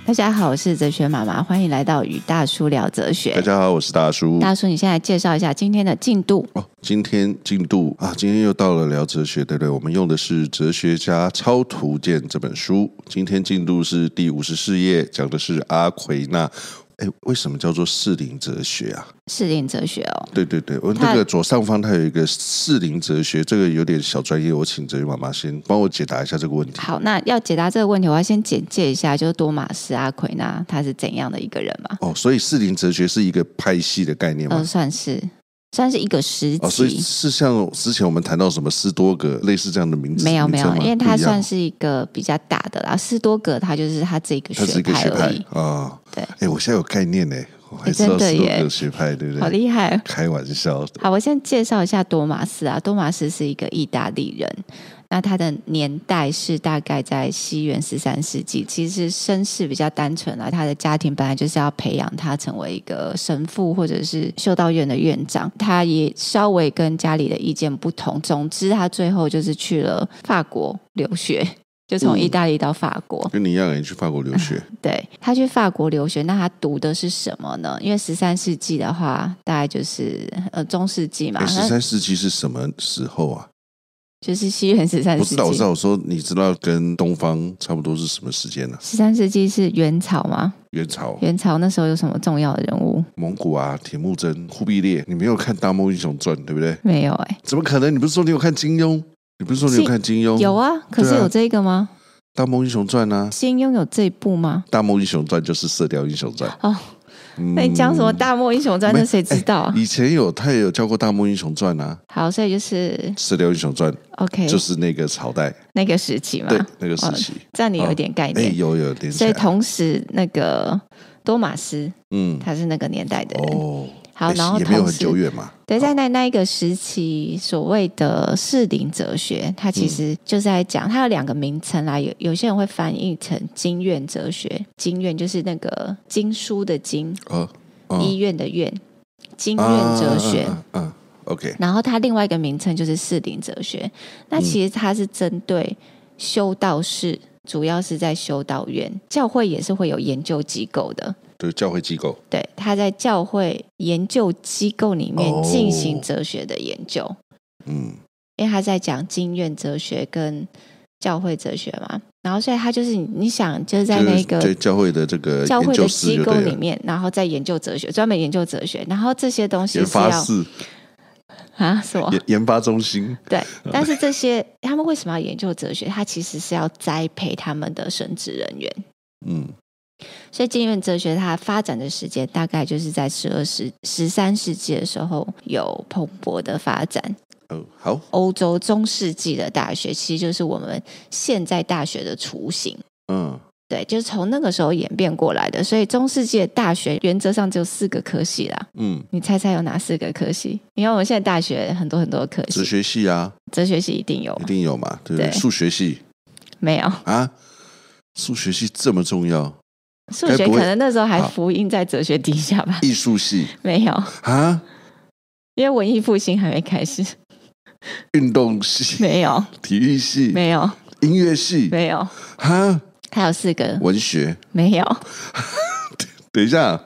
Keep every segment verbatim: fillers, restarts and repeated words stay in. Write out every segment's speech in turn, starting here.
大家好，我是哲学妈妈，欢迎来到与大叔聊哲学。 大家好，我是大叔。 大叔，你现在介绍一下今天的进度哦。今天进度啊，今天又到了聊哲学，对不对？我们用的是《哲学家超图鉴》这本书。今天进度是第五十四页，讲的是阿奎那。哎，为什么叫做适龄哲学啊？ 适龄哲学哦， 对对对，我那个左上方它有一个适龄哲学，这个有点小专业，我请哲学妈妈先帮我解答一下这个问题。 好，那要解答这个问题，我要先简介一下，就是多玛斯阿奎那他是怎样的一个人嘛？ 哦，所以适龄哲学是一个派系的概念吗？ 呃，算是。算是一个时期、 哦，所以是像之前我们谈到什么斯多葛类似这样的名字？ 没有没有，因为它算是一个比较大的啦。斯多葛它就是它这个学派而已啊、 哦。 对， 哎，我现在有概念呢，我还知道斯多葛学派，对不对？ 好厉害！ 开玩笑的。 好，我先介绍一下多玛斯啊。多玛斯是一个意大利人，那他的年代是大概在西元十三世纪。其实身世比较单纯啦，他的家庭本来就是要培养他成为一个神父或者是修道院的院长。他也稍微跟家里的意见不同，总之他最后就是去了法国留学。就从意大利到法国、 嗯、跟你一样也去法国留学、 嗯、对，他去法国留学，那他读的是什么呢？因为十三世纪的话大概就是呃中世纪嘛。 十三世纪是什么时候啊？ 就是西元十三世纪。 我知道我知道，我说你知道跟东方差不多是什么时间呢、啊？ 十三世纪是元朝吗？ 元朝。 元朝那时候有什么重要的人物？ 蒙古啊，铁木真、忽必烈。你没有看《大梦英雄传》对不对？ 没有哎、欸。 怎么可能？你不是说你有看金庸？你不是说你有看金庸？ 有啊，可是有这个吗？啊、 大梦英雄传啊， 金庸有这一部吗？ 大梦英雄传就是射雕英雄传哦。那你讲什么大梦英雄传？那谁知道啊？ 以前有他也有教过大梦英雄传啊。 好，所以就是射雕英雄传 ，OK， 就是那个朝代、 那个时期嘛。 对，那个时期，哦、 这样你有点概念。 哎、哦，有有点。 所以同时那个多玛斯，嗯，他是那个年代的人。哦。好，然后也没有很久远嘛。 对，在那那一个时期，所谓的适龄哲学，它其实就是在讲，它有两个名称啦。有有些人会翻译成经院哲学，经院就是那个经书的经，哦哦、医院的院，经院哲学。嗯、啊啊啊啊、，OK。然后它另外一个名称就是适龄哲学。那其实它是针对修道士，主要是在修道院，教会也是会有研究机构的。 对，教会机构， 对，他在教会研究机构里面进行哲学的研究，哦、嗯，因为他在讲经院哲学跟教会哲学嘛，然后所以他就是你想就是在那个对教会的这个教会的机构里面，然后在研究哲学，专门研究哲学，然后这些东西是要啊什么研发中心， 对，但是这些他们为什么要研究哲学？他其实是要栽培他们的神职人员，嗯。所以经院哲学它发展的时间大概就是在十二世、十三世纪的时候有蓬勃的发展。 哦，好。 欧洲中世纪的大学其实就是我们现在大学的雏形。嗯，对，就是从那个时候演变过来的。所以中世纪的大学原则上只有四个科系啦。嗯，你猜猜有哪四个科系？因为我们现在大学很多很多科系， 哲学系啊， 哲学系一定有， 一定有嘛，对不对？数学系没有啊？数学系这么重要？ 数学可能那时候还福音在哲学底下吧。 艺术系没有啊， 因为文艺复兴还没开始。 运动系没有，体育系没有， 音乐系没有哈， 还有四个文学没有。 等一下，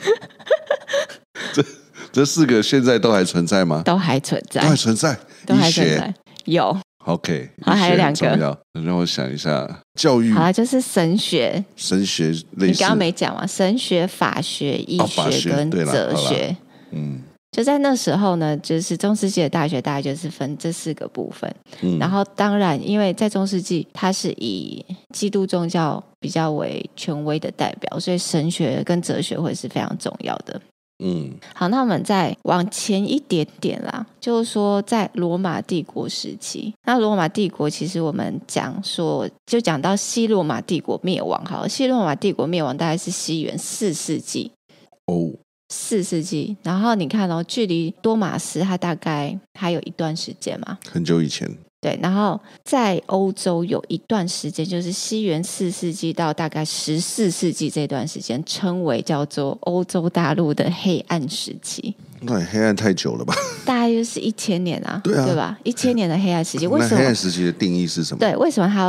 这这四个现在都还存在吗？ 都还存在， 都还存在， 都还存在，有。 OK， 好，还有两个， 让我想一下，教育好了，就是神学， 神学类似， 你刚刚没讲嘛？神学、法学、医学跟哲学，哦、嗯，就在那时候呢，就是中世纪的大学大概就是分这四个部分，嗯，然后当然，因为在中世纪，它是以基督宗教比较为权威的代表，所以神学跟哲学会是非常重要的。嗯，好，那我们再往前一点点啦，就是说在罗马帝国时期，那罗马帝国其实我们讲说，就讲到西罗马帝国灭亡，好了，西罗马帝国灭亡大概是西元四世纪哦，四世纪，然后你看哦，距离多玛斯他大概还有一段时间嘛， 很久以前。 对，然后在欧洲有一段时间，就是西元四世纪到大概十四世纪这段时间，称为叫做欧洲大陆的黑暗时期。 那黑暗太久了吧？ 大概就是一千年啊， 对啊， 对吧？一千年的黑暗时期，为什么？ 那黑暗时期的定义是什么？ 对，为什么它要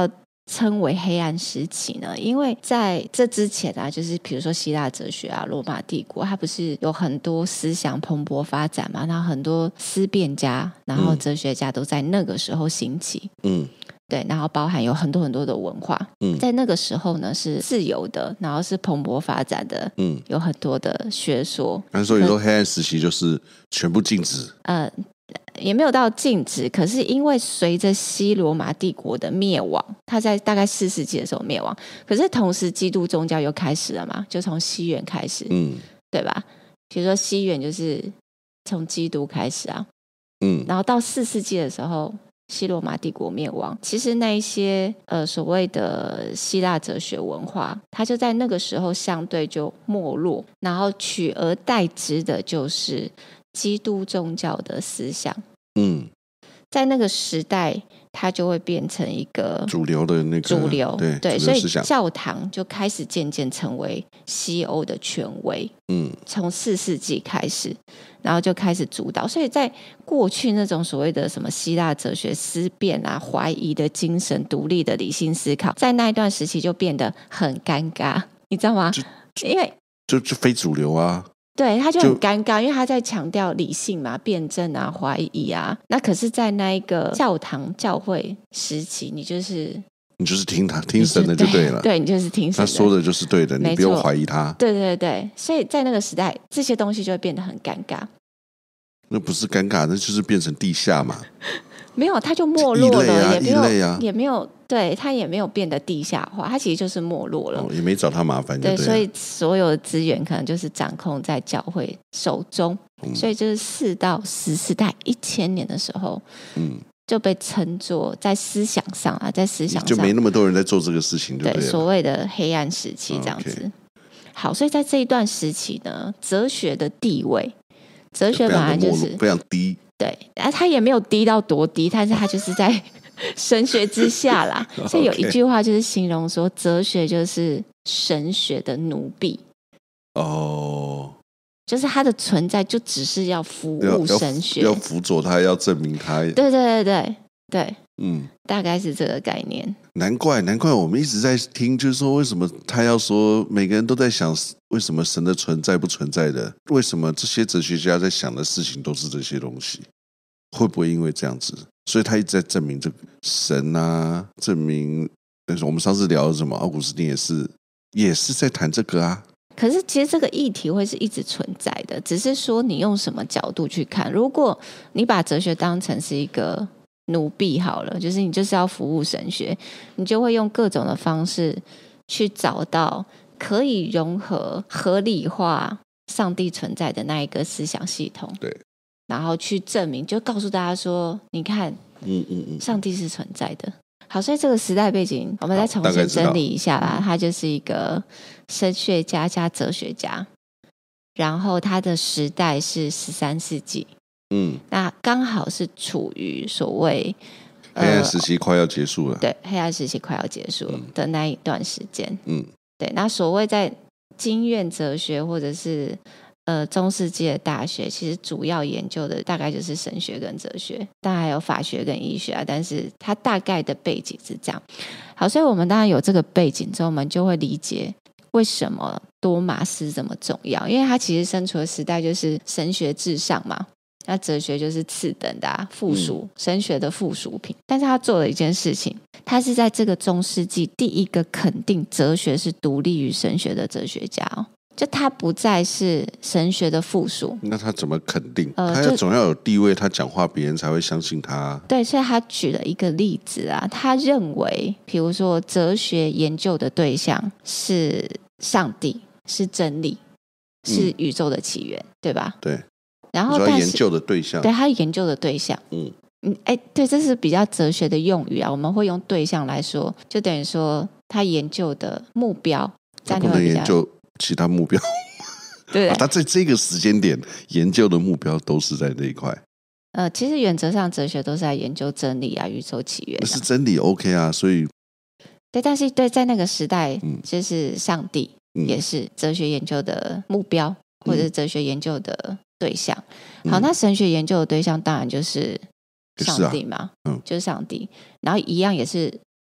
称为黑暗时期呢？因为在这之前啊，就是比如说希腊哲学啊、罗马帝国，它不是有很多思想蓬勃发展嘛，然后很多思辨家，然后哲学家都在那个时候兴起。嗯，对，然后包含有很多很多的文化。嗯，在那个时候呢是自由的，然后是蓬勃发展的。嗯，有很多的学说。 那所以说黑暗时期就是全部禁止。 呃。也没有到禁止，可是因为随着西罗马帝国的灭亡，它在大概四世纪的时候灭亡，可是同时基督宗教又开始了嘛，就从西元开始。嗯，对吧？比如说西元就是从基督开始啊。嗯，然后到四世纪的时候西罗马帝国灭亡，其实那一些呃所谓的希腊哲学文化，它就在那个时候相对就没落，然后取而代之的就是基督宗教的思想。嗯，在那个时代它就会变成一个主流的那个主流， 对对，所以教堂就开始渐渐成为西欧的权威。嗯，从四世纪开始，然后就开始主导。所以在过去那种所谓的什么希腊哲学思辨啊、怀疑的精神、独立的理性思考，在那一段时期就变得很尴尬，你知道吗？因为就就非主流啊。 对，他就很尴尬，因为他在强调理性嘛、辩证啊、怀疑啊。那可是在那一个教堂教会时期，你就是你就是听他听神的就对了。 对，你就是听神的， 他说的就是对的，你不用怀疑他。 对对对，所以在那个时代这些东西就会变得很尴尬。 那不是尴尬，那就是变成地下嘛。 没有，它就没落了， 啊、 也没有、 啊、 也没有，对，它也没有变得地下化，它其实就是没落了， 哦、也没找他麻烦就对了。 对，所以所有的资源可能就是掌控在教会手中，嗯、所以就是四到十四代一千年的时候，嗯，就被称作在思想上啊，在思想上就没那么多人在做这个事情就对了， 对，所谓的黑暗时期这样子。哦 okay、好，所以在这一段时期呢，哲学的地位，哲学本来就是非常低。 对，啊，他也没有低到多低，但是他就是在神学之下啦。所以有一句话就是形容说，哲学就是神学的奴婢。哦，就是他的存在就只是要服务神学， 要, 要, 要辅佐他，要证明他。 对对对对对，嗯，大概是这个概念。 难怪难怪我们一直在听，就是说为什么他要说每个人都在想为什么神的存在不存在的，为什么这些哲学家在想的事情都是这些东西，会不会因为这样子，所以他一直在证明这个神啊，证明我们上次聊的什么奥古斯丁也是也是在谈这个啊。 可是其实这个议题会是一直存在的，只是说你用什么角度去看。如果你把哲学当成是一个奴婢好了，就是你就是要服务神学，你就会用各种的方式去找到可以融合合理化上帝存在的那一个思想系统， 对， 然后去证明，就告诉大家说你看，嗯嗯嗯，上帝是存在的。好，所以这个时代背景我们再重新整理一下啦。他就是一个神学家加哲学家，然后他的时代是十三世纪，嗯，那刚好是处于所谓黑暗时期快要结束了， 对，黑暗时期快要结束的那一段时间，嗯，对。那所谓在经院哲学或者是呃中世纪的大学，其实主要研究的大概就是神学跟哲学，当然还有法学跟医学啊，但是它大概的背景是这样。好，所以我们当然有这个背景之后，我们就会理解为什么多玛斯这么重要，因为他其实身处的时代就是神学至上嘛，那哲学就是次等的啊，附属、嗯、神学的附属品。但是他做了一件事情，他是在这个中世纪第一个肯定哲学是独立于神学的哲学家哦，就他不再是神学的附属。 那他怎么肯定？呃、他要总要有地位，他讲话别人才会相信他。 对，所以他举了一个例子啊，他认为比如说哲学研究的对象是上帝，是真理，是宇宙的起源、嗯、对吧？ 对。 然后但是研究的对象， 对，他研究的对象，嗯嗯，哎，对，这是比较哲学的用语啊，我们会用对象来说，就等于说他研究的目标， 他不能研究其他目标， 对、啊， 他在这个时间点研究的目标都是在这一块。 呃，其实原则上哲学都是在研究真理啊，宇宙起源、啊， 那是真理 OK 啊，所以对，但是对在那个时代，嗯，就是上帝、嗯、也是哲学研究的目标，或者是哲学研究的对象。好，那神学研究的对象当然就是上帝嘛，嗯，就是上帝。然后一样也是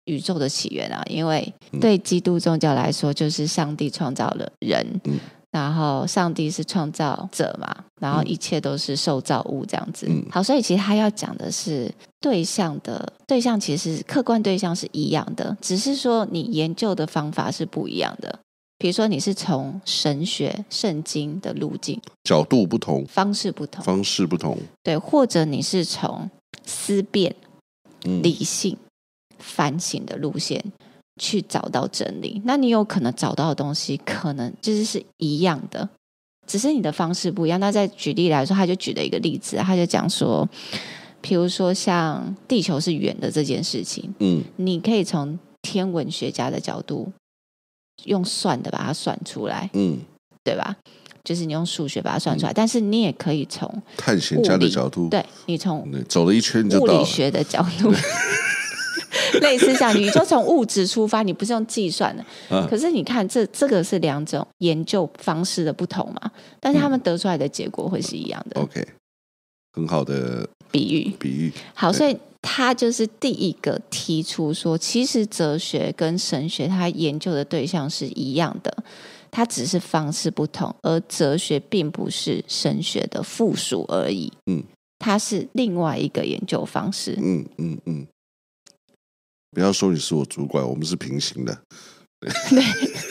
宇宙的起源啊，因为对基督宗教来说，就是上帝创造了人，嗯，然后上帝是创造者嘛，然后一切都是受造物这样子。嗯、好，所以其实他要讲的是对象的对象，其实客观对象是一样的，只是说你研究的方法是不一样的。比如说你是从神学圣经的路径， 角度不同， 方式不同， 方式不同， 对，或者你是从思辨、嗯、理性、反省的路线去找到真理，那你有可能找到的东西可能就是是一样的，只是你的方式不一样。那再举例来说，他就举了一个例子，他就讲说，比如说像地球是圆的这件事情，嗯，你可以从天文学家的角度用算的把它算出来，嗯，对吧？就是你用数学把它算出来，嗯、但是你也可以从探险家的角度， 对，你从走了一圈就到了物理学的角度，类似像你就从物质出发，你不是用计算的，啊、可是你看这这个是两种研究方式的不同嘛，但是他们得出来的结果会是一样的。 嗯、OK， 很好的比喻， 比喻。 好，所以他就是第一个提出说，其实哲学跟神学它研究的对象是一样的，它只是方式不同，而哲学并不是神学的附属而已。嗯，它是另外一个研究方式。 嗯嗯嗯，不要说你是我主管，我们是平行的。 对，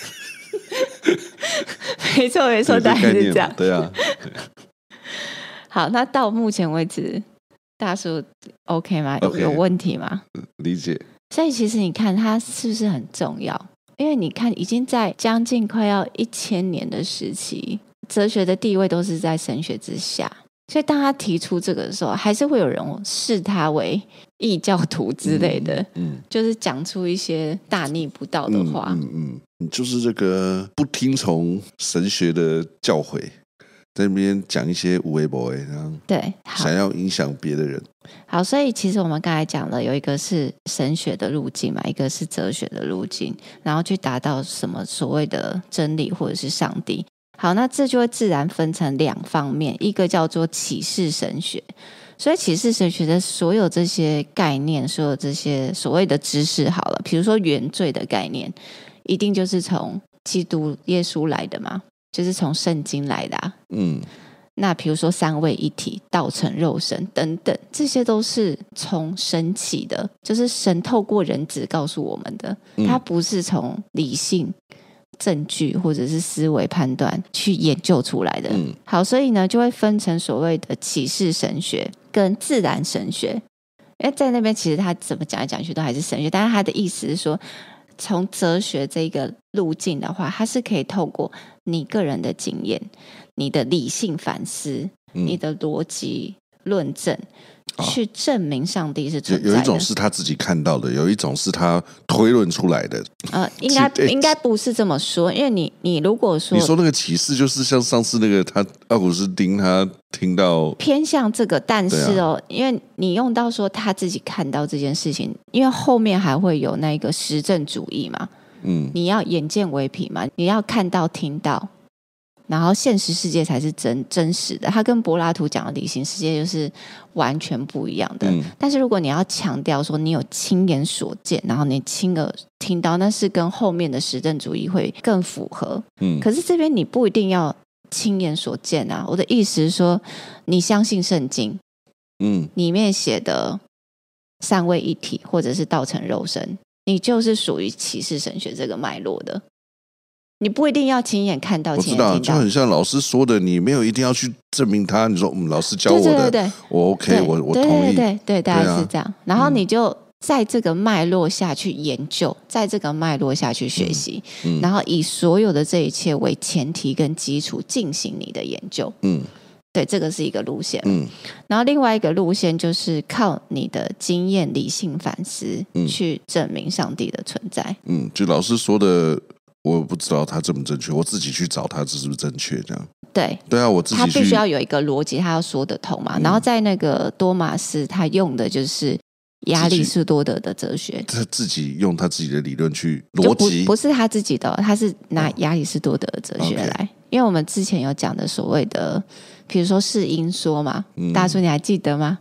没错没错，大概是这样。 对啊。 好，那到目前为止，大叔 OK 吗？有 okay, 有问题吗？ 理解。 所以其实你看，它是不是很重要？因为你看，已经在将近快要一千年的时期，哲学的地位都是在神学之下。所以当他提出这个的时候，还是会有人视他为异教徒之类的，嗯，嗯就是讲出一些大逆不道的话。 嗯嗯，你、嗯、就是这个不听从神学的教诲，在那边讲一些无为不为，然后对， 想要影响别的人。 好，所以其实我们刚才讲了，有一个是神学的路径嘛，一个是哲学的路径，然后去达到什么所谓的真理或者是上帝。好，那这就会自然分成两方面，一个叫做启示神学。所以启示神学的所有这些概念，所有这些所谓的知识，好了，比如说原罪的概念，一定就是从基督耶稣来的嘛，就是从圣经来的啊。嗯，那比如说三位一体、道成肉身等等，这些都是从神起的，就是神透过人子告诉我们的，它不是从理性证据或者是思维判断去研究出来的。嗯、好，所以呢就会分成所谓的启示神学跟自然神学。因为在那边其实他怎么讲来讲去都还是神学，但是他的意思是说，从哲学这个路径的话，它是可以透过你个人的经验、你的理性反思、嗯、你的逻辑论证去证明上帝是存在的。 有一种是他自己看到的，有一种是他推论出来的。 呃，应该应该不是这么说，因为你你如果说你说那个启示，就是像上次那个他奥古斯丁他听到偏向这个，但是哦，啊、因为你用到说他自己看到这件事情，因为后面还会有那个实证主义嘛，嗯，你要眼见为凭嘛，你要看到听到。然后现实世界才是真真实的，它跟柏拉图讲的理性世界就是完全不一样的。嗯、但是如果你要强调说你有亲眼所见，然后你亲耳听到，那是跟后面的实证主义会更符合。嗯，可是这边你不一定要亲眼所见啊。我的意思是说，你相信圣经，嗯，里面写的三位一体或者是道成肉身，你就是属于启示神学这个脉络的。你不一定要亲眼看到， 我知道，就很像老师说的，你没有一定要去证明他。你说，嗯，老师教我的， 对对对对我 OK， 我我同意， 对对对对，大概是这样。啊、然后你就在这个脉络下去研究，嗯、在这个脉络下去学习，嗯嗯、然后以所有的这一切为前提跟基础进行你的研究。嗯，对，这个是一个路线。嗯，然后另外一个路线就是靠你的经验、理性反思、嗯、去证明上帝的存在。 嗯，就老师说的。我不知道他正不正确，我自己去找他是不是正确这样。 对对啊，我自己他必须要有一个逻辑，他要说得通嘛。嗯、然后在那个多马斯，他用的就是亚里士多德的哲学， 他自己用他自己的理论去逻辑， 不, 不是他自己的，他是拿亚里士多德的哲学来。哦 okay、因为我们之前有讲的所谓的，比如说是因说嘛，嗯、大叔你还记得吗？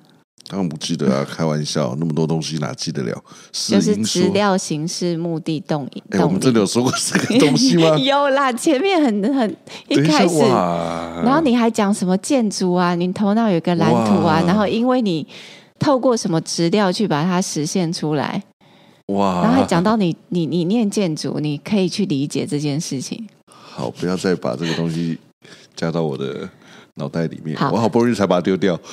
当然不记得啊，开玩笑，那么多东西哪记得了？ 就是资料、形式、目的、动因。 哎，我们真的有说过这个东西吗？ 有啦，前面很很一开始，然后你还讲什么建筑啊，你头脑有一个蓝图啊，然后因为你透过什么质料去把它实现出来，哇！然后还讲到你你你念建筑，你可以去理解这件事情。 好，不要再把这个东西加到我的脑袋里面，我好不容易才把它丢掉。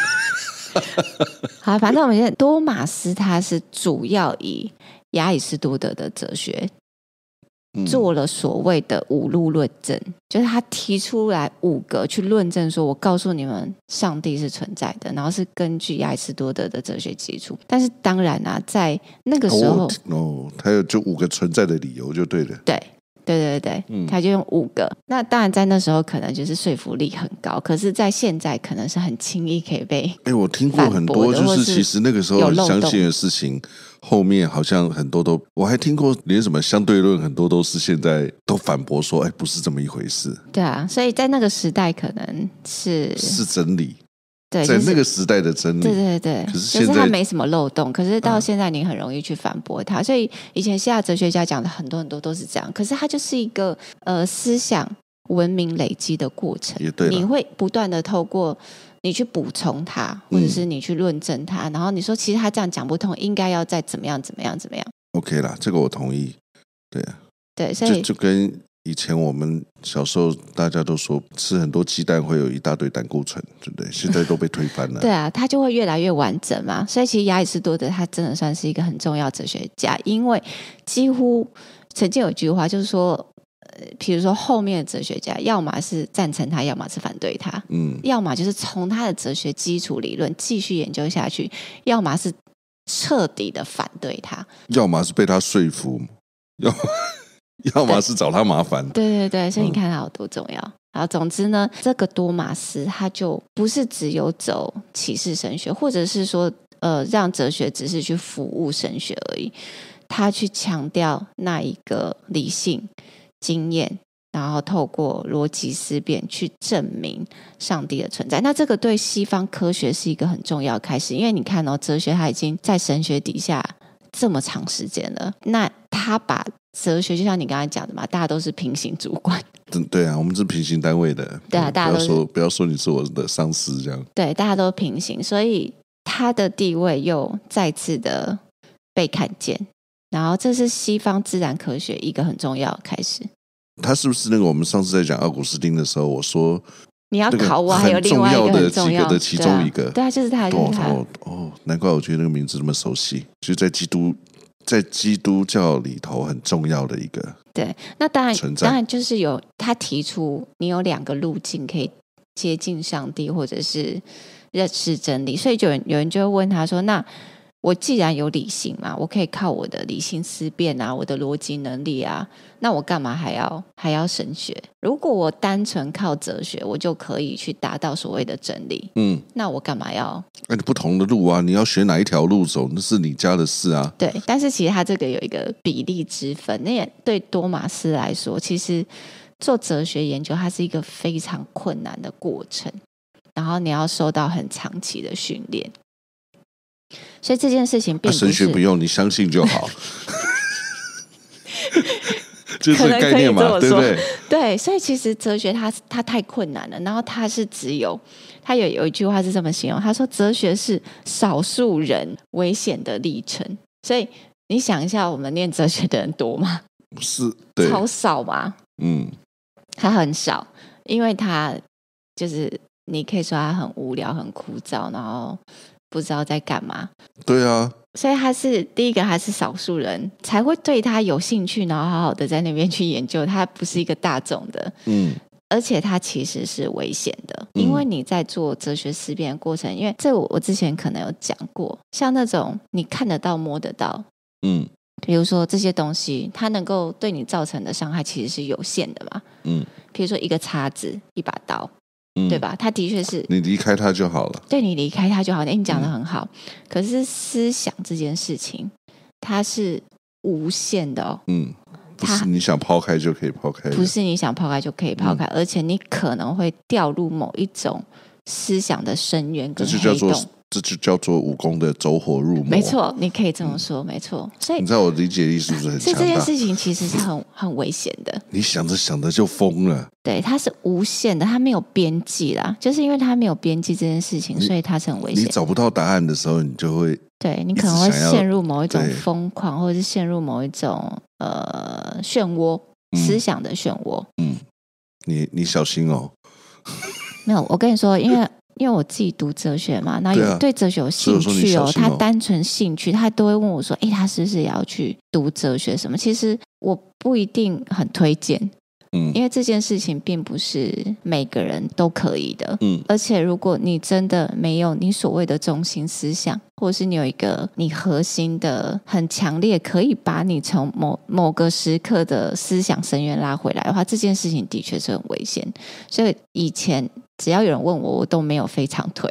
好，反正我们现在多玛斯他是主要以亚里士多德的哲学做了所谓的五路论证，嗯、就是他提出来五个去论证说，我告诉你们上帝是存在的，然后是根据亚里士多德的哲学基础。但是当然啊，在那个时候， 哦，哦他有就五个存在的理由就对了。 对。对对对，嗯、他就用五个。那当然，在那时候可能就是说服力很高，可是，在现在可能是很轻易可以被反驳的。 哎，我听过很多，就是其实那个时候相信的事情，后面好像很多都，我还听过连什么相对论，很多都是现在都反驳说，哎，不是这么一回事。 对啊，所以在那个时代可能是是真理。 对， 在那个时代的真理， 对对对， 可是现在就是它没什么漏洞，可是到现在你很容易去反驳它，嗯、所以以前希腊哲学家讲的很多很多都是这样，可是它就是一个呃思想文明累积的过程， 也对， 你会不断的透过你去补充它，或者是你去论证它，嗯、然后你说其实他这样讲不通，应该要再怎么样怎么样怎么样 ，OK 啦，这个我同意，对啊， 对，所以就, 就跟。以前我们小时候大家都说吃很多鸡蛋会有一大堆胆固醇，对不对？现在都被推翻了。 对啊，它就会越来越完整嘛。所以其实亚里士多德他真的算是一个很重要哲学家，因为几乎曾经有一句话就是说，呃，比如说后面的哲学家，要么是赞成他，要么是反对他，嗯，要么就是从他的哲学基础理论继续研究下去，要么是彻底的反对他， 要么是被他说服，要。要么是找他麻烦， 对对对，所以你看他有多重要。嗯、好，总之呢，这个多玛斯他就不是只有走启示神学，或者是说，呃，让哲学只是去服务神学而已。他去强调那一个理性经验，然后透过逻辑思辨去证明上帝的存在。那这个对西方科学是一个很重要的开始，因为你看哦，哲学它已经在神学底下这么长时间了，那他把哲学就像你刚才讲的嘛，大家都是平行主管。 对啊，我们是平行单位的。 对啊，大家都不要说不要说你是我的上司这样。 对，大家都平行，所以他的地位又再次的被看见。然后这是西方自然科学一个很重要的开始。 他是不是那个我们上次在讲奥古斯丁的时候，我说你要考我还有另外一个很重要的其中一个， 对啊，就是他，就是他。 哦哦，难怪我觉得那个名字那么熟悉，就是在基督。在基督教里头很重要的一个， 对，那当然，当然就是有他提出，你有两个路径可以接近上帝，或者是认识真理，所以就有人有人就会问他说：“那我既然有理性嘛，我可以靠我的理性思辨啊，我的逻辑能力啊，那我干嘛还要还要神学？如果我单纯靠哲学，我就可以去达到所谓的真理，嗯，那我干嘛要？ 哎，不同的路啊，你要选哪一条路走，那是你家的事啊。 对，但是其实他这个有一个比例之分，那也对多玛斯来说，其实做哲学研究，它是一个非常困难的过程，然后你要受到很长期的训练。所以这件事情并不是、 啊、神学不用，你相信就好，就是概念嘛，对不对？ 对，所以其实哲学它它太困难了，然后它是只有它有有一句话是这么形容，他说哲学是少数人危险的历程。所以你想一下，我们念哲学的人多吗？ 是，对， 超少嘛，嗯，它很少，因为它就是你可以说它很无聊、很枯燥，然后不知道在干嘛。 对啊， 所以他是第一个，他是少数人才会对他有兴趣，然后好好的在那边去研究，他不是一个大众的，嗯，而且他其实是危险的，因为你在做哲学思辨的过程，因为这我我之前可能有讲过，像那种你看得到摸得到，嗯，比如说这些东西它能够对你造成的伤害其实是有限的嘛，嗯，比如说一个叉子一把刀，嗯、对吧？它的确是你离开它就好了， 对，你离开它就好。你讲得很好、嗯、可是思想这件事情它是无限的哦，嗯， 不是你想抛开就可以抛开的， 不是你想抛开就可以抛开、嗯、而且你可能会掉入某一种思想的深渊跟黑洞，这就叫做这就叫做武功的走火入魔。 没错，你可以这么说，嗯、没错。所以你知道我理解力是不是很强大？ 所以这件事情其实是很很危险的。 你想着想着就疯了。 对，它是无限的，它没有边际啦。就是因为它没有边际这件事情，所以它是很危险。 你找不到答案的时候，你就会对你可能会陷入某一种疯狂，或者是陷入某一种呃漩涡、嗯、思想的漩涡。 嗯，你你小心哦。 没有，我跟你说，因为。因为我自己读哲学嘛，那有对哲学有兴趣 哦, 哦他单纯兴趣，他都会问我说：“哎，他是不是也要去读哲学什么？”其实我不一定很推荐，嗯，因为这件事情并不是每个人都可以的，嗯，而且如果你真的没有你所谓的中心思想，或者是你有一个你核心的很强烈，可以把你从某某个时刻的思想深渊拉回来的话，这件事情的确是很危险。所以以前。只要有人问我，我都没有非常推。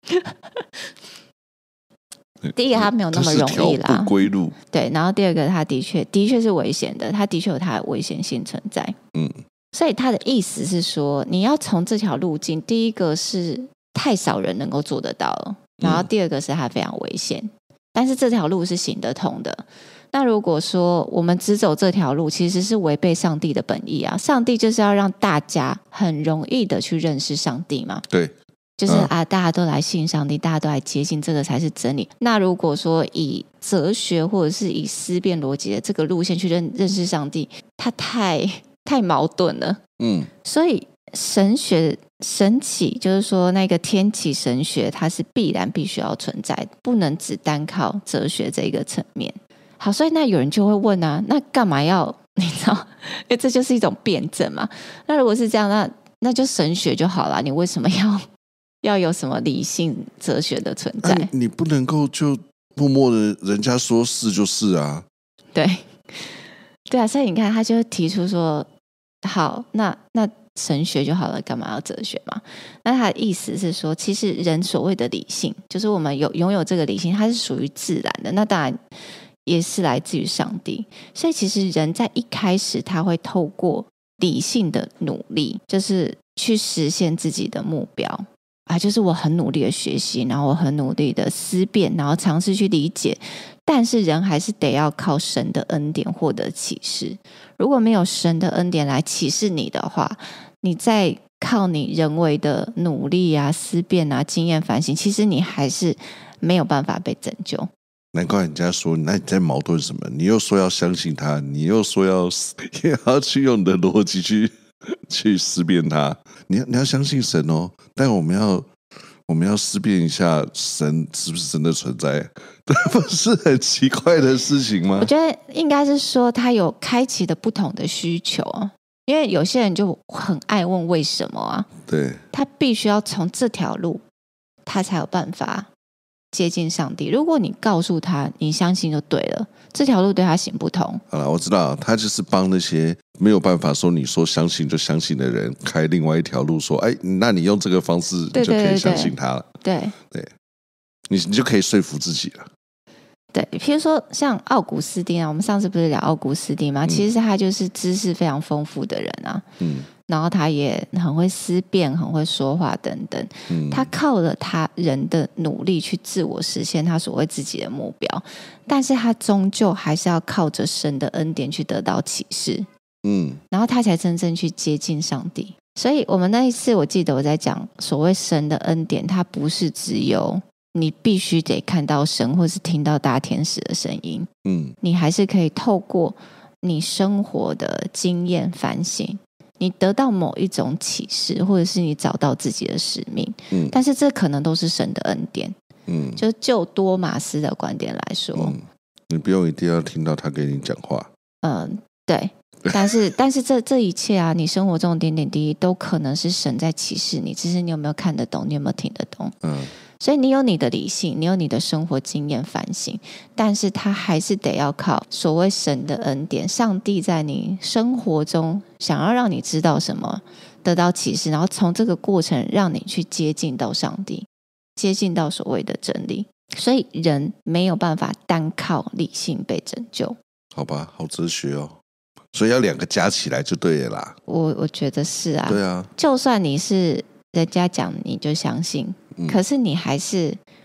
第一个，他没有那么容易啦， 不归路。 对，然后第二个，他的确的确是危险的，他的确有他的危险性存在。嗯，所以他的意思是说，你要从这条路径，第一个是太少人能够做得到了，然后第二个是它非常危险，嗯、但是这条路是行得通的。那如果说我们只走这条路，其实是违背上帝的本意啊！上帝就是要让大家很容易的去认识上帝嘛。 对， 就是啊，啊大家都来信上帝，大家都来接近，这个才是真理。那如果说以哲学或者是以思辨逻辑的这个路线去认认识上帝，它太太矛盾了。嗯，所以神学神启就是说那个天启神学，它是必然必须要存在，不能只单靠哲学这个层面。好，所以那有人就会问啊，那干嘛要你知道？因为这就是一种辩证嘛。那如果是这样，那那就神学就好了。你为什么要要有什么理性哲学的存在？ 啊、你不能够就默默的，人家说是就是啊。 对，对啊，所以你看，他就提出说，好，那那神学就好了，干嘛要哲学嘛？那他的意思是说，其实人所谓的理性，就是我们有拥有这个理性，它是属于自然的。那当然。也是来自于上帝，所以其实人在一开始他会透过理性的努力，就是去实现自己的目标啊，就是我很努力的学习，然后我很努力的思辨，然后尝试去理解，但是人还是得要靠神的恩典获得启示。如果没有神的恩典来启示你的话，你在靠你人为的努力啊、思辨啊、经验反省，其实你还是没有办法被拯救。 难怪人家说，那你在矛盾什么？你又说要相信他，你又说要也要去用你的逻辑去去思辨他。你要你要相信神哦，但我们要我们要思辨一下神是不是真的存在，这不是很奇怪的事情吗？ 我觉得应该是说他有开启的不同的需求，因为有些人就很爱问为什么啊， 对， 他必须要从这条路，他才有办法接近上帝。如果你告诉他你相信就对了，这条路对他行不通。 好了，我知道他就是帮那些没有办法说你说相信就相信的人开另外一条路，说哎，那你用这个方式你就可以相信他了。 对对对, 对，你你就可以说服自己了。 对，譬如说像奥古斯丁啊，我们上次不是聊奥古斯丁吗？嗯、其实他就是知识非常丰富的人啊，嗯，然后他也很会思辨，很会说话等等，嗯，他靠了他人的努力去自我实现他所谓自己的目标，但是他终究还是要靠着神的恩典去得到启示，嗯，然后他才真正去接近上帝。所以我们那一次我记得我在讲所谓神的恩典，它不是只有你必须得看到神或是听到大天使的声音，嗯，你还是可以透过你生活的经验反省，你得到某一种启示，或者是你找到自己的使命，嗯，但是这可能都是神的恩典，嗯，就就多马斯的观点来说，嗯， 你不用一定要听到他给你讲话， 嗯，对，但是但是这这一切啊，你生活中的点点滴滴都可能是神在启示你，只是你有没有看得懂，你有没有听得懂，嗯。所以你有你的理性，你有你的生活经验反省，但是他还是得要靠所谓神的恩典，上帝在你生活中想要让你知道什么，得到启示，然后从这个过程让你去接近到上帝，接近到所谓的真理。所以人没有办法单靠理性被拯救。 好吧，好哲学哦。所以要两个加起来就对了啦。 我我觉得是啊。 对啊。 就算你是人家讲你就相信，可是你还是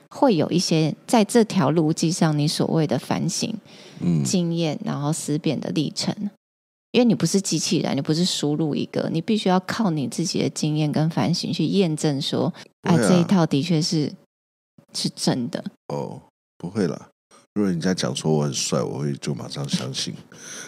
会有一些在这条路径上你所谓的反省、嗯、经验然后思辨的历程，因为你不是机器人，你不是输入一个，你必须要靠你自己的经验跟反省去验证说啊, 啊这一套的确是是真的。 哦，不会啦，如果人家讲说我很帅，我会就马上相信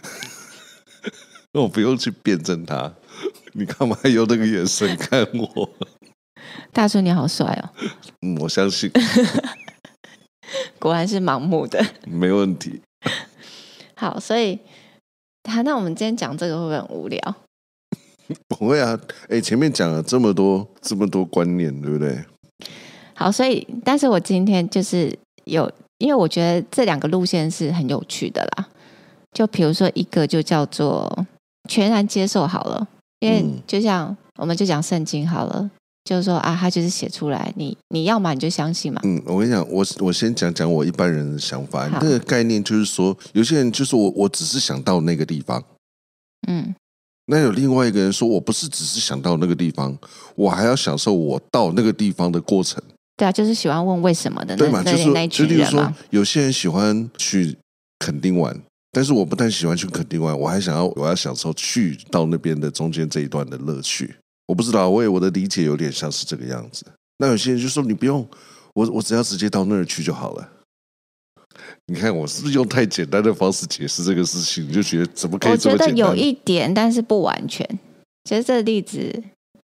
我不用去辩证他，你干嘛用那个眼神看我？ 大叔你好帅哦。 嗯，我相信果然是盲目的。 没问题。 好，所以好，那我们今天讲这个会不会很无聊？ 不会啊，欸，前面讲了这么多这么多观念，对不对？ 好，所以但是我今天就是有，因为我觉得这两个路线是很有趣的啦。就比如说一个就叫做全然接受好了，因为就像我们就讲圣经好了，就是说啊，他就是写出来，你你要嘛你就相信嘛。 嗯，我跟你讲，我我先讲讲我一般人的想法。那个概念就是说，有些人就是我我只是想到那个地方，嗯，那有另外一个人说我不是只是想到那个地方，我还要享受我到那个地方的过程。 对啊，就是喜欢问为什么的那对嘛， 那就是那一群人嘛。就例如说， 有些人喜欢去垦丁玩。但是我不但喜欢去垦丁玩，我还想要我要享受去到那边的中间这一段的乐趣。我不知道，我也我的理解有点像是这个样子。那有些人就说你不用，我我只要直接到那儿去就好了。你看我是不是用太简单的方式解释这个事情，你就觉得怎么可以这么简单？ 我觉得有一点，但是不完全。其实这个例子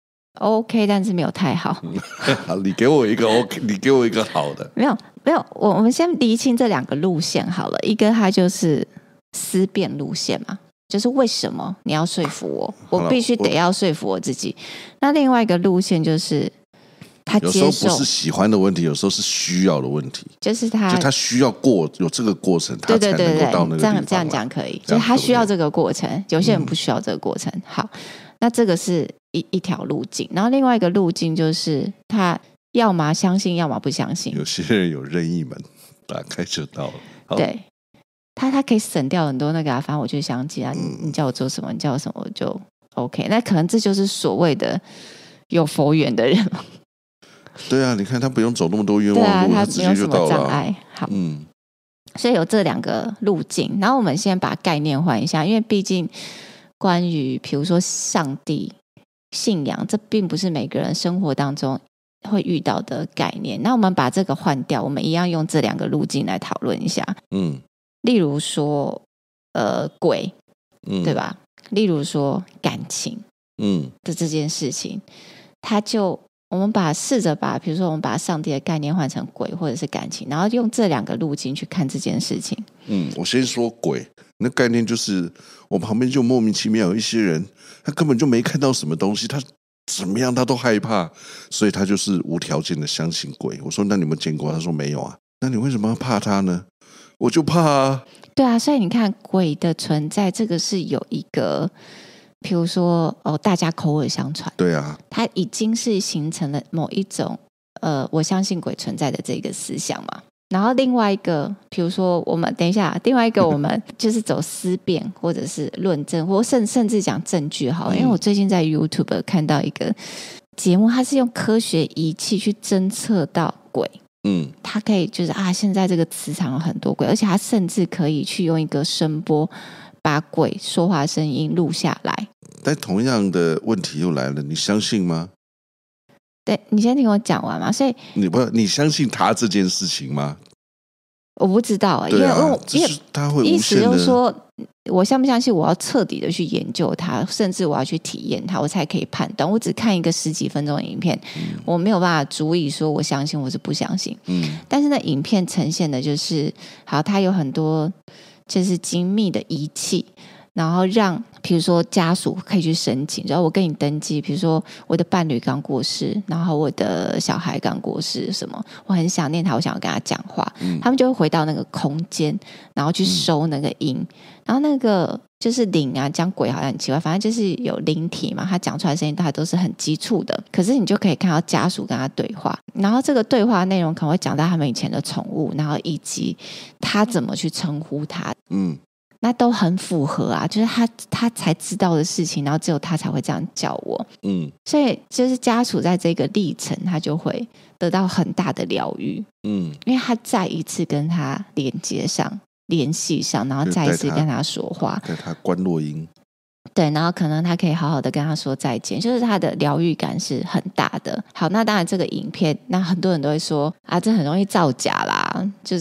OK， 但是没有太好。 好，你给我一个 OK， 你给我一个好的。 没有没有，我我们先厘清这两个路线好了。一个它就是思辨路线嘛，就是为什么你要说服我，我必须得要说服我自己。那另外一个路线就是他接受， 有时候不是喜欢的问题，有时候是需要的问题， 就是他就他需要过有这个过程，他才能够到那个地方。 这样这样讲可以，就是他需要这个过程，有些人不需要这个过程。嗯、好，那这个是一一条路径，然后另外一个路径就是他要么相信，要么不相信。 有些人有任意门，打开就到了。 对。他他可以省掉很多那个啊，反正我就相信啊，你你叫我做什么，你叫我什么我就 OK。那可能这就是所谓的有佛缘的人。 对啊，你看他不用走那么多冤枉路， 啊、他直接就到了。 没有什么障碍。好，嗯，所以有这两个路径。然后我们先把概念换一下，因为毕竟关于比如说上帝信仰，这并不是每个人生活当中会遇到的概念。那我们把这个换掉，我们一样用这两个路径来讨论一下。嗯。例如说，呃，鬼，嗯，对吧？例如说感情，嗯的这件事情，他就我们把试着把，比如说我们把上帝的概念换成鬼或者是感情，然后用这两个路径去看这件事情。 嗯，我先说鬼，那概念就是我旁边就莫名其妙有一些人，他根本就没看到什么东西，他怎么样他都害怕，所以他就是无条件的相信鬼。我说那你有没有见过？他说没有啊。那你为什么要怕他呢？我就怕啊。 对啊，所以你看鬼的存在，这个是有一个，比如说哦，大家口耳相传。 对啊， 它已经是形成了某一种呃，我相信鬼存在的这个思想嘛。然后另外一个，比如说我们等一下，另外一个我们就是走思辨或者是论证，或甚甚至讲证据好了。因为我最近在 YouTube 看到一个节目，它是用科学仪器去侦测到鬼。嗯，它可以就是啊，现在这个磁场有很多鬼，而且它甚至可以去用一个声波把鬼说话声音录下来。 但同样的问题又来了，你相信吗？ 对，你先听我讲完嘛。所以你不，你相信他这件事情吗？ 我不知道、欸，因为、 啊、 因为他会意思就是说，我相不相信，我要彻底的去研究它，甚至我要去体验它，我才可以判断。我只看一个十几分钟的影片，嗯、我没有办法足以说我相信或是不相信。嗯，但是呢，影片呈现的就是，好，它有很多就是精密的仪器。然后让比如说家属可以去申请，然后我跟你登记，比如说我的伴侣刚过世，然后我的小孩刚过世，什么我很想念他，我想要跟他讲话、嗯、他们就会回到那个空间，然后去收那个音、嗯、然后那个就是灵啊，讲鬼好像很奇怪，反正就是有灵体嘛，他讲出来的声音大概都是很急促的，可是你就可以看到家属跟他对话，然后这个对话内容可能会讲到他们以前的宠物，然后以及他怎么去称呼他。嗯， 那都很符合啊，就是他他才知道的事情，然后只有他才会这样叫我。嗯，所以就是家属在这个历程，他就会得到很大的疗愈。嗯，因为他再一次跟他连接上、联系上，然后再一次跟他说话， 带他观落阴。 对，然后可能他可以好好的跟他说再见，就是他的疗愈感是很大的。好，那当然这个影片，那很多人都会说啊，这很容易造假啦，就是。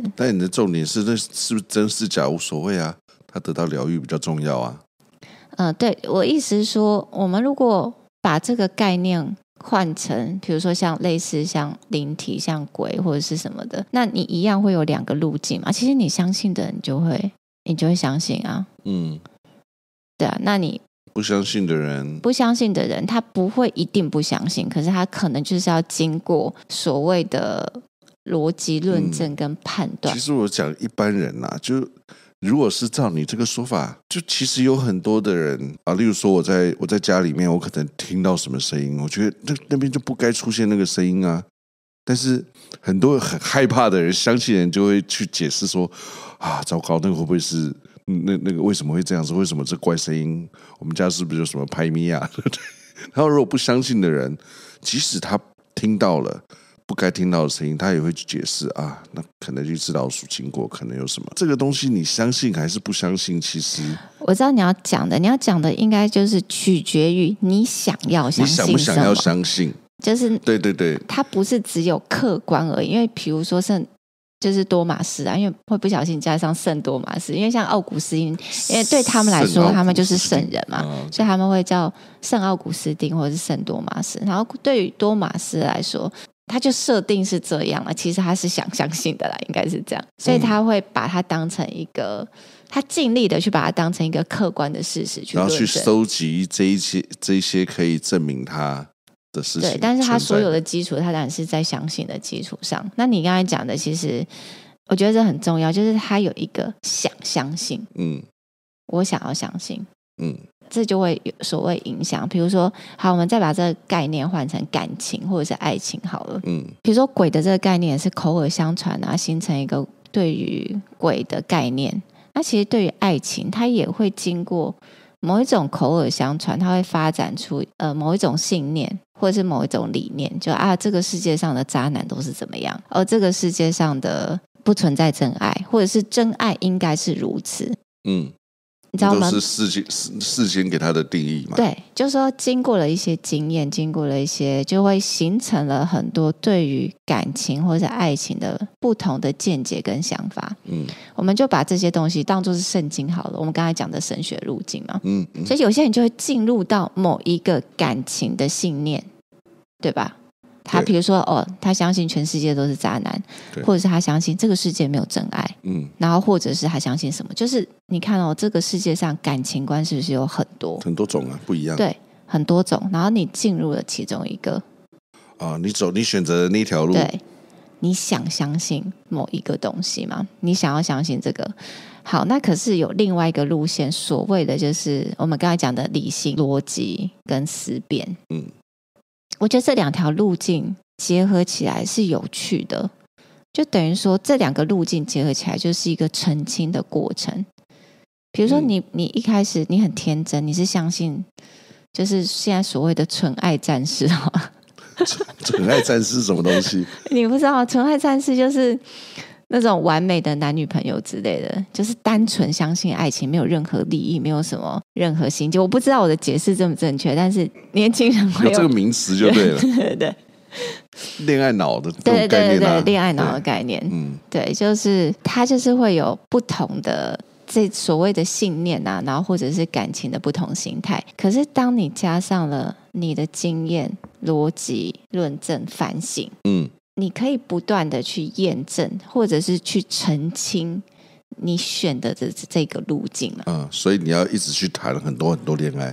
但你的重点是，这是不是真是假无所谓啊？他得到疗愈比较重要啊。 嗯、呃，对，我意思是说，我们如果把这个概念换成，比如说像类似像灵体、像鬼或者是什么的，那你一样会有两个路径嘛。其实你相信的人就会，你就会相信啊。嗯。对啊，那你不相信的人， 不相信的人，他不会一定不相信，可是他可能就是要经过所谓的逻辑论证跟判断。 嗯、其实我讲一般人啊，就如果是照你这个说法，就其实有很多的人啊，例如说我在我在家里面，我可能听到什么声音，我觉得那那边就不该出现那个声音啊。但是很多很害怕的人，相信人就会去解释说啊，糟糕，那个会不会是？那那个为什么会这样子？为什么这怪声音？我们家是不是有什么拍咪啊？然后如果不相信的人，即使他听到了不该听到的声音，他也会去解释啊，那可能一只老鼠经过，可能有什么？这个东西你相信还是不相信？其实我知道你要讲的，你要讲的应该就是取决于你想要相信什么， 你想不想要相信？ 就是对对对， 它不是只有客观而已，因为比如说是。就是多玛斯啊，因为会不小心加上圣多玛斯，因为像奥古斯丁，因为对他们来说，他们就是圣人嘛，嗯、所以他们会叫圣奥古斯丁或者是圣多玛斯。然后对于多玛斯来说，他就设定是这样了，其实他是想相信的啦，应该是这样，所以他会把它当成一个，他尽力的去把它当成一个客观的事实去论证， 然后去收集这一些这一些可以证明他。的事情， 对，但是他所有的基础，他当然是在相信的基础上。那你刚才讲的，其实我觉得这很重要，就是他有一个想相信，嗯，我想要相信，嗯，这就会有所谓影响。比如说，好，我们再把这个概念换成感情或者是爱情好了，嗯，比如说鬼的这个概念是口耳相传啊，形成一个对于鬼的概念。那其实对于爱情，它也会经过某一种口耳相传，它会发展出呃某一种信念，或者是某一种理念，就啊这个世界上的渣男都是怎么样，而这个世界上的不存在真爱，或者是真爱应该是如此。嗯，你知道吗？ 都是事先事先给他的定义嘛。 对，就是说经过了一些经验，经过了一些，就会形成了很多对于感情或者爱情的不同的见解跟想法。嗯，我们就把这些东西当作是圣经好了，我们刚才讲的神学路径嘛。嗯，嗯，所以有些人就会进入到某一个感情的信念，对吧？他比如说哦，他相信全世界都是渣男，或者是他相信这个世界没有真爱，嗯，然后或者是他相信什么，就是你看哦，这个世界上感情观是不是有很多很多种啊，不一样， 对，很多种，然后你进入了其中一个啊，你走你选择的那条路， 对，你想相信某一个东西吗？你想要相信这个，好，那可是有另外一个路线，所谓的就是我们刚才讲的理性、逻辑跟思辨，嗯。我觉得这两条路径结合起来是有趣的，就等于说这两个路径结合起来就是一个澄清的过程。比如说你，你一开始你很天真，你是相信就是现在所谓的纯爱战士哈， 纯爱战士是什么东西？ 你不知道，纯爱战士就是那种完美的男女朋友之类的，就是单纯相信爱情，没有任何利益，没有什么任何心结。我不知道我的解释正不正确，但是年轻人会有, 有这个名词就对了， 对对对， 恋爱脑的这种概念、啊、对对对对，恋爱脑的概念，嗯，对，就是它就是会有不同的这所谓的信念啊，然后或者是感情的不同形态。可是当你加上了你的经验、逻辑、论证、反省，嗯。你可以不断的去验证，或者是去澄清你选的这这个路径嘛。 嗯，所以你要一直去谈很多很多恋爱，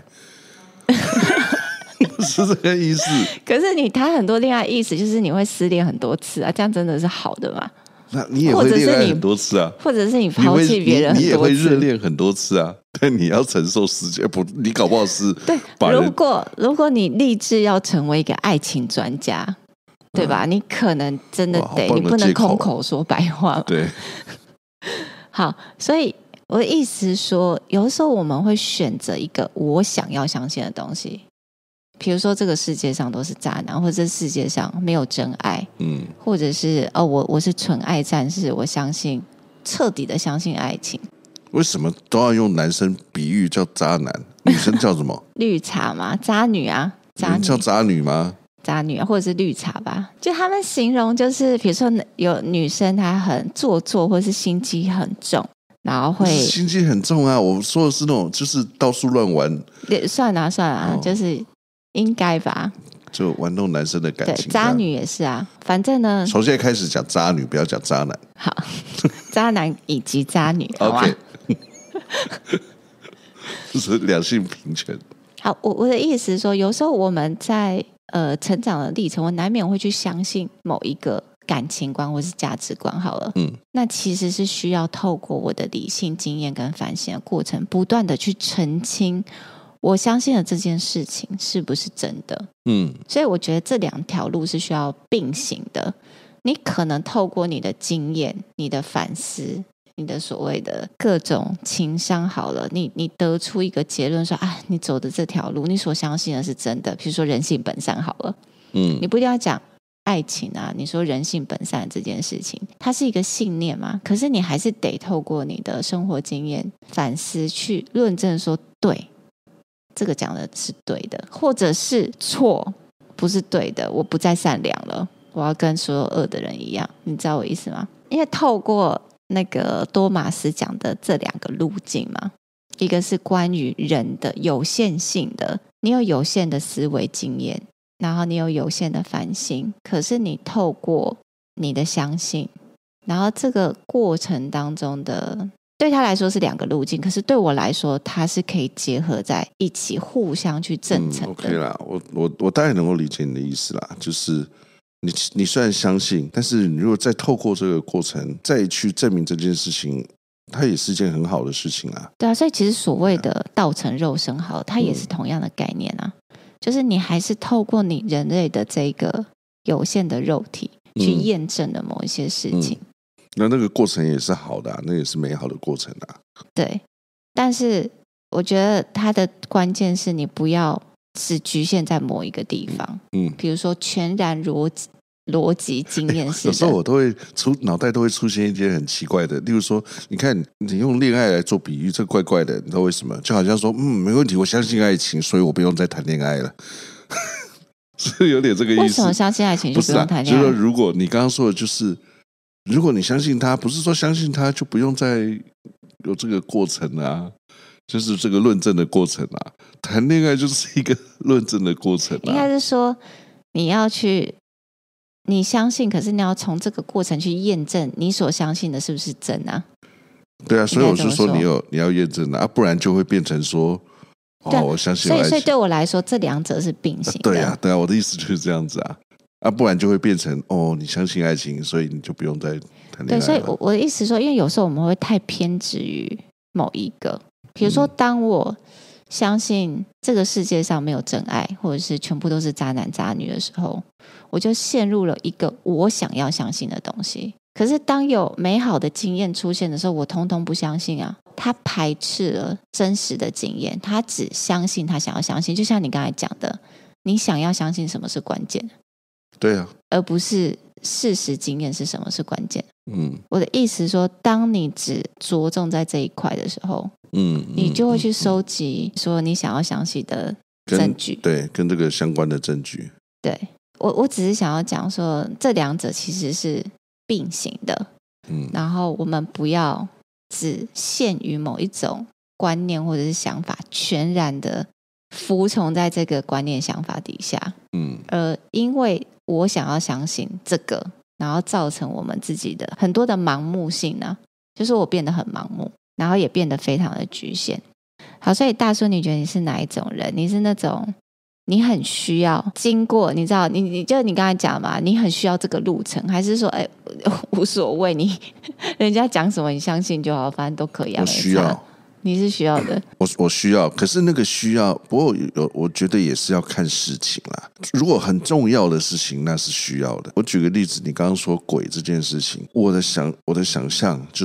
是这个意思。 可是你谈很多恋爱，意思就是你会失恋很多次啊，这样真的是好的吗？ 那你也会恋爱很多次啊， 或者是你抛弃别人很多次， 你, 你也会热恋很多次啊。但你要承受时间，不，你搞不好是对。如果如果你立志要成为一个爱情专家。对吧？你可能真的得，你不能空口说白话。 对， 好，所以我的意思是说，有的时候我们会选择一个我想要相信的东西，比如说这个世界上都是渣男，或者这世界上没有真爱，嗯，或者是哦，我我是纯爱战士，我相信彻底的相信爱情。 为什么都要用男生比喻叫渣男？女生叫什么？ 绿茶嘛，渣女啊，渣女叫渣女吗？ 渣女或者是绿茶吧，就他们形容就是，比如说有女生她很做作，或是心机很重。然后会心机很重啊！我说的是那种，就是到处乱玩。 算了、啊、算了、啊哦，就是应该吧， 就玩弄男生的感情。 对，渣女也是啊。反正呢， 从现在开始讲渣女，不要讲渣男。 好，渣男以及渣女，好吗？ OK， 就是两性平权。 好，我我的意思是说，有时候我们在呃成长的历程，我难免会去相信某一个感情观或是价值观好了，嗯，那其实是需要透过我的理性经验跟反省的过程，不断的去澄清我相信的这件事情是不是真的，嗯，所以我觉得这两条路是需要并行的。你可能透过你的经验、你的反思、你的所谓的各种情商好了，你你得出一个结论说，啊，你走的这条路，你所相信的是真的，比如说人性本善好了，嗯，你不一定要讲爱情啊，你说人性本善这件事情，它是一个信念嘛？可是你还是得透过你的生活经验反思去论证说，对，这个讲的是对的，或者是错，不是对的，我不再善良了，我要跟所有恶的人一样，你知道我意思吗？因为透过那个多玛斯讲的这两个路径嘛，一个是关于人的有限性的，你有有限的思维经验，然后你有有限的反省，可是你透过你的相信，然后这个过程当中的，对他来说是两个路径，可是对我来说它是可以结合在一起互相去证成的、嗯、 OK 啦，我我我大概能够理解你的意思啦，就是你你虽然相信，但是你如果再透过这个过程再去证明这件事情，它也是一件很好的事情啊。 对啊，所以其实所谓的道成肉身好，它也是同样的概念啊、嗯，就是你还是透过你人类的这个有限的肉体去验证了某一些事情、嗯嗯、 那那个过程也是好的、啊、那也是美好的过程啊。 对，但是我觉得它的关键是你不要只局限在某一个地方，嗯，比如说全然逻辑逻辑经验式的、欸、 有时候我都会出脑袋都会出现一些很奇怪的，例如说你看你用恋爱来做比喻，这怪怪的，你知道为什么？就好像说嗯没问题，我相信爱情，所以我不用再谈恋爱了是有点这个意思。 为什么相信爱情就不用谈恋爱？ 不是啊，就是如果你刚刚说的就是如果你相信他，不是说相信他就不用再有这个过程啊，就是这个论证的过程啊，谈恋爱就是一个论证的过程啊。 应该是说你要去你相信，可是你要从这个过程去验证你所相信的是不是真啊。 对啊，所以我就说你有你要验证啊，不然就会变成说哦，我相信爱情。 所以所以对我来说这两者是并行的、啊、 对啊对啊，我的意思就是这样子啊啊，不然就会变成哦，你相信爱情，所以你就不用再谈恋爱了。对， 所以我我的意思说，因为有时候我们会太偏执于某一个，比如说当我相信这个世界上没有真爱，或者是全部都是渣男渣女的时候，我就陷入了一个我想要相信的东西。可是当有美好的经验出现的时候，我通通不相信啊。他排斥了真实的经验，他只相信他想要相信。就像你刚才讲的，你想要相信什么是关键？ 对啊， 而不是事实经验是什么是关键。嗯，我的意思是说，当你只着重在这一块的时候，嗯，你就会去收集说你想要详细的证据， 对，跟这个相关的证据。 对，我我只是想要讲说，这两者其实是并行的。嗯，然后我们不要只限于某一种观念或者是想法，全然的服从在这个观念想法底下。嗯，而因为我想要相信这个，然后造成我们自己的很多的盲目性呢、啊，就是我变得很盲目，然后也变得非常的局限。好，所以大叔，你觉得你是哪一种人？你是那种你很需要经过，你知道，你你就你刚才讲嘛，你很需要这个路程，还是说，哎，无所谓，你人家讲什么你相信就好，反正都可以啊。 我需要， 你是需要的。 我我需要，可是那个需要，不过有我觉得也是要看事情啦。如果很重要的事情，那是需要的。我举个例子，你刚刚说鬼这件事情，我的想我的想象就是，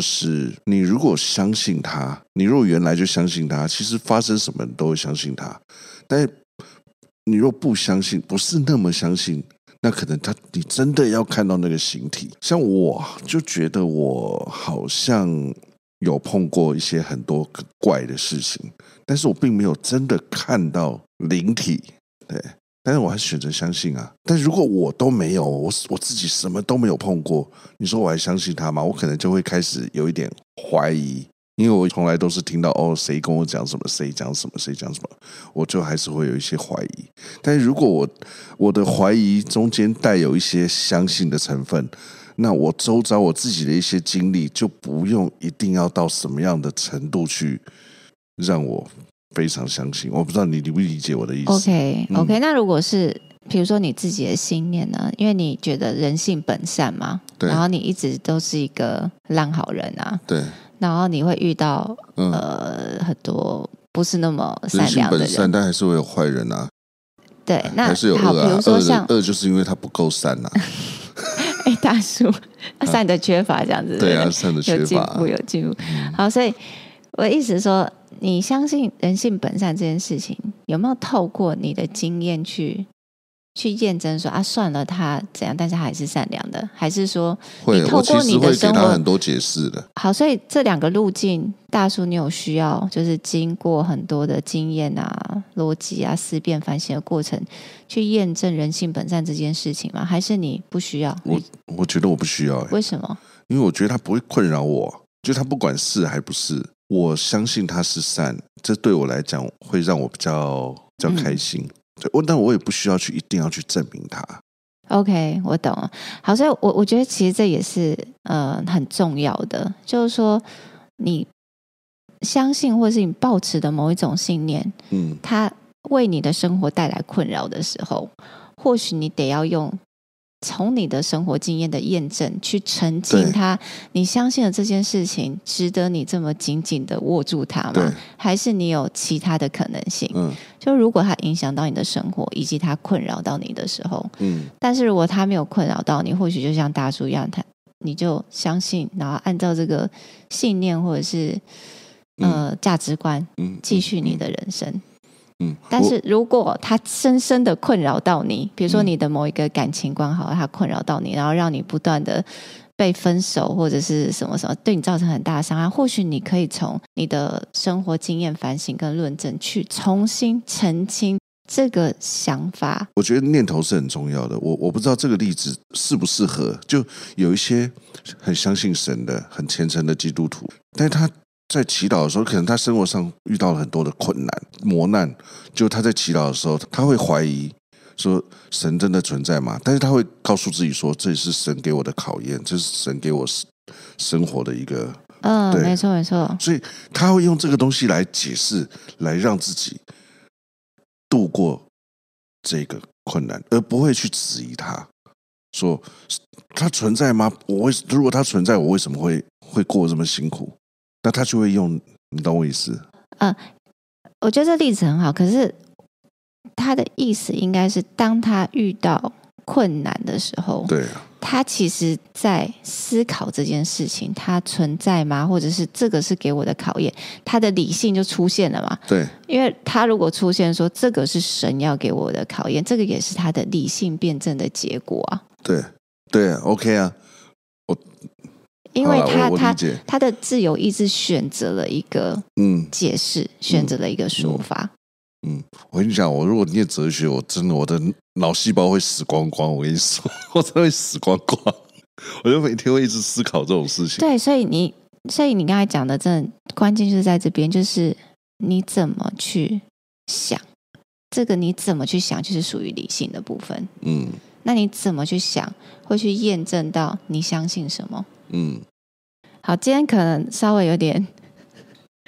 你如果相信他，你如果原来就相信他，其实发生什么你都会相信他。但是你若不相信，不是那么相信。那可能他，你真的要看到那个形体。像我就觉得我好像有碰过一些很多怪的事情，但是我并没有真的看到灵体，对。但是我还是选择相信啊。但是如果我都没有，我我自己什么都没有碰过，你说我还相信他吗？我可能就会开始有一点怀疑。因为我从来都是听到哦，谁跟我讲什么，谁讲什么，谁讲什么，我就还是会有一些怀疑。但是如果我我的怀疑中间带有一些相信的成分，那我周遭我自己的一些经历就不用一定要到什么样的程度去让我非常相信。我不知道你理不理解我的意思。 OK OK，、嗯、那如果是比如说你自己的信念呢？因为你觉得人性本善嘛，然后你一直都是一个烂好人啊， 对。 然后你会遇到、嗯、呃很多不是那么善良的人， 人性本善，但还是会有坏人啊。 对，那还是有恶啊。 比如说像恶就是因为他不够善啊。 哎，大叔，善的缺乏这样子， 对啊，善的缺乏、 啊，有进步，有进步。嗯、好，所以我的意思是说，你相信人性本善这件事情，有没有透过你的经验去？去验证说啊，算了，他怎样，但是他还是善良的，还是说你透过你的生活， 我其实会给他很多解释的。 好，所以这两个路径，大叔你有需要，就是经过很多的经验啊、逻辑啊、思辨反省的过程，去验证人性本善这件事情吗？还是你不需要？ 我我觉得我不需要、欸， 为什么？ 因为我觉得他不会困扰我，就他不管是还不是，我相信他是善，这对我来讲会让我比较比较开心。嗯，但我也不需要去一定要去证明它。 OK， 我懂了。好，所以我我觉得其实这也是呃很重要的，就是说你相信或是你抱持的某一种信念，嗯，它为你的生活带来困扰的时候，或许你得要用从你的生活经验的验证去澄清它，你相信的这件事情值得你这么紧紧的握住它吗？还是你有其他的可能性？嗯，就如果它影响到你的生活，以及它困扰到你的时候，嗯，但是如果它没有困扰到你，或许就像大叔一样，他你就相信，然后按照这个信念或者是呃价值观，嗯，继续你的人生。嗯，但是如果他深深的困扰到你，比如说你的某一个感情观好，他困扰到你，然后让你不断的被分手或者是什么什么，对你造成很大的伤害，或许你可以从你的生活经验反省跟论证去重新澄清这个想法。 我觉得念头是很重要的。我我不知道这个例子适不适合，就有一些很相信神的很虔诚的基督徒，但是他在祈祷的时候，可能他生活上遇到了很多的困难磨难，就他在祈祷的时候，他会怀疑说神真的存在吗？但是他会告诉自己说，这是神给我的考验，这是神给我生活的一个， 嗯，没错没错。 所以他会用这个东西来解释，来让自己度过这个困难，而不会去质疑他，说他存在吗？我为如果他存在，我为什么会会过这么辛苦？那他就会用，你懂我意思？ 呃，我觉得这例子很好，可是他的意思应该是，当他遇到困难的时候， 对啊， 他其实在思考这件事情，它存在吗？或者是这个是给我的考验，他的理性就出现了嘛？ 对， 因为他如果出现说这个是神要给我的考验，这个也是他的理性辩证的结果啊。 对，对啊 ，OK 啊，我。 因为他他他的自由意志选择了一个嗯解释，嗯、选择了一个说法。 嗯，嗯我跟你讲，我如果念哲学，我真的我的脑细胞会死光光。我跟你说，我真的会死光光。我就每天会一直思考这种事情。 对，所以你所以你刚才讲的，真的关键就是在这边，就是你怎么去想，这个你怎么去想，就是属于理性的部分。嗯，那你怎么去想，会去验证到你相信什么？嗯，好，今天可能稍微有点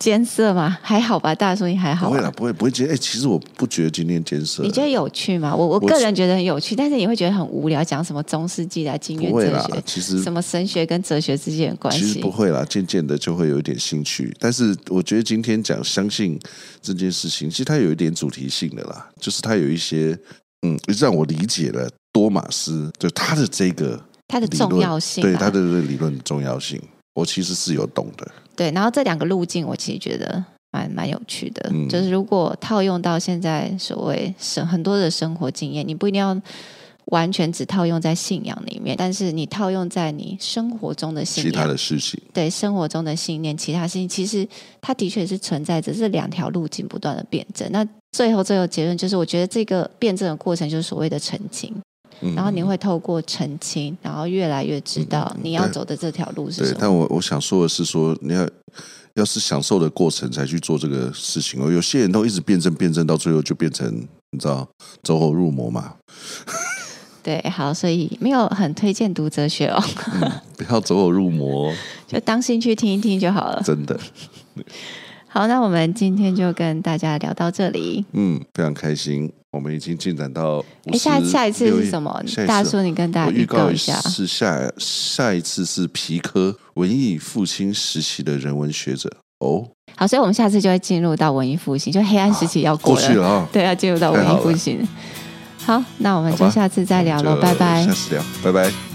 艰涩吗？还好吧，大叔你还好、啊？ 不会啦，不会不会艰。哎、欸，其实我不觉得今天艰涩。 你觉得有趣吗？我我个人觉得很有趣，但是你会觉得很无聊，讲什么中世纪的经验哲学， 其实什么神学跟哲学之间的关系， 其实不会啦，渐渐的就会有一点兴趣。但是我觉得今天讲相信这件事情，其实它有一点主题性的啦，就是它有一些嗯，让我理解了多马斯就他的这个它的重要性、啊， 对他的这个理论的重要性，我其实是有懂的。 对，然后这两个路径，我其实觉得蛮蛮有趣的、嗯。就是如果套用到现在所谓生很多的生活经验，你不一定要完全只套用在信仰里面，但是你套用在你生活中的信仰、 其他的事情， 对生活中的信念、其他事情，其实它的确是存在着这两条路径不断的辩证。那最后最后结论就是，我觉得这个辩证的过程就是所谓的澄清。然后你会透过澄清，然后越来越知道你要走的这条路是什么。 对，但我我想说的是说，你要要是享受的过程才去做这个事情哦。有些人都一直辩证辩证，到最后就变成你知道走火入魔嘛。 对，好，所以没有很推荐读哲学哦， 嗯、不要走火入魔， 就当兴趣听一听就好了。 真的。 好，那我们今天就跟大家聊到这里。 嗯，非常开心。我们已经进展到哎，下下一次是什么？大叔，你跟大家预告一下。 是下下一次是皮科文艺复兴时期的人文学者哦。 好，所以我们下次就会进入到文艺复兴，就黑暗时期要过了， 过去了啊、哦。 对，要进入到文艺复兴。好，那我们就下次再聊了，拜拜。 下次聊，拜拜。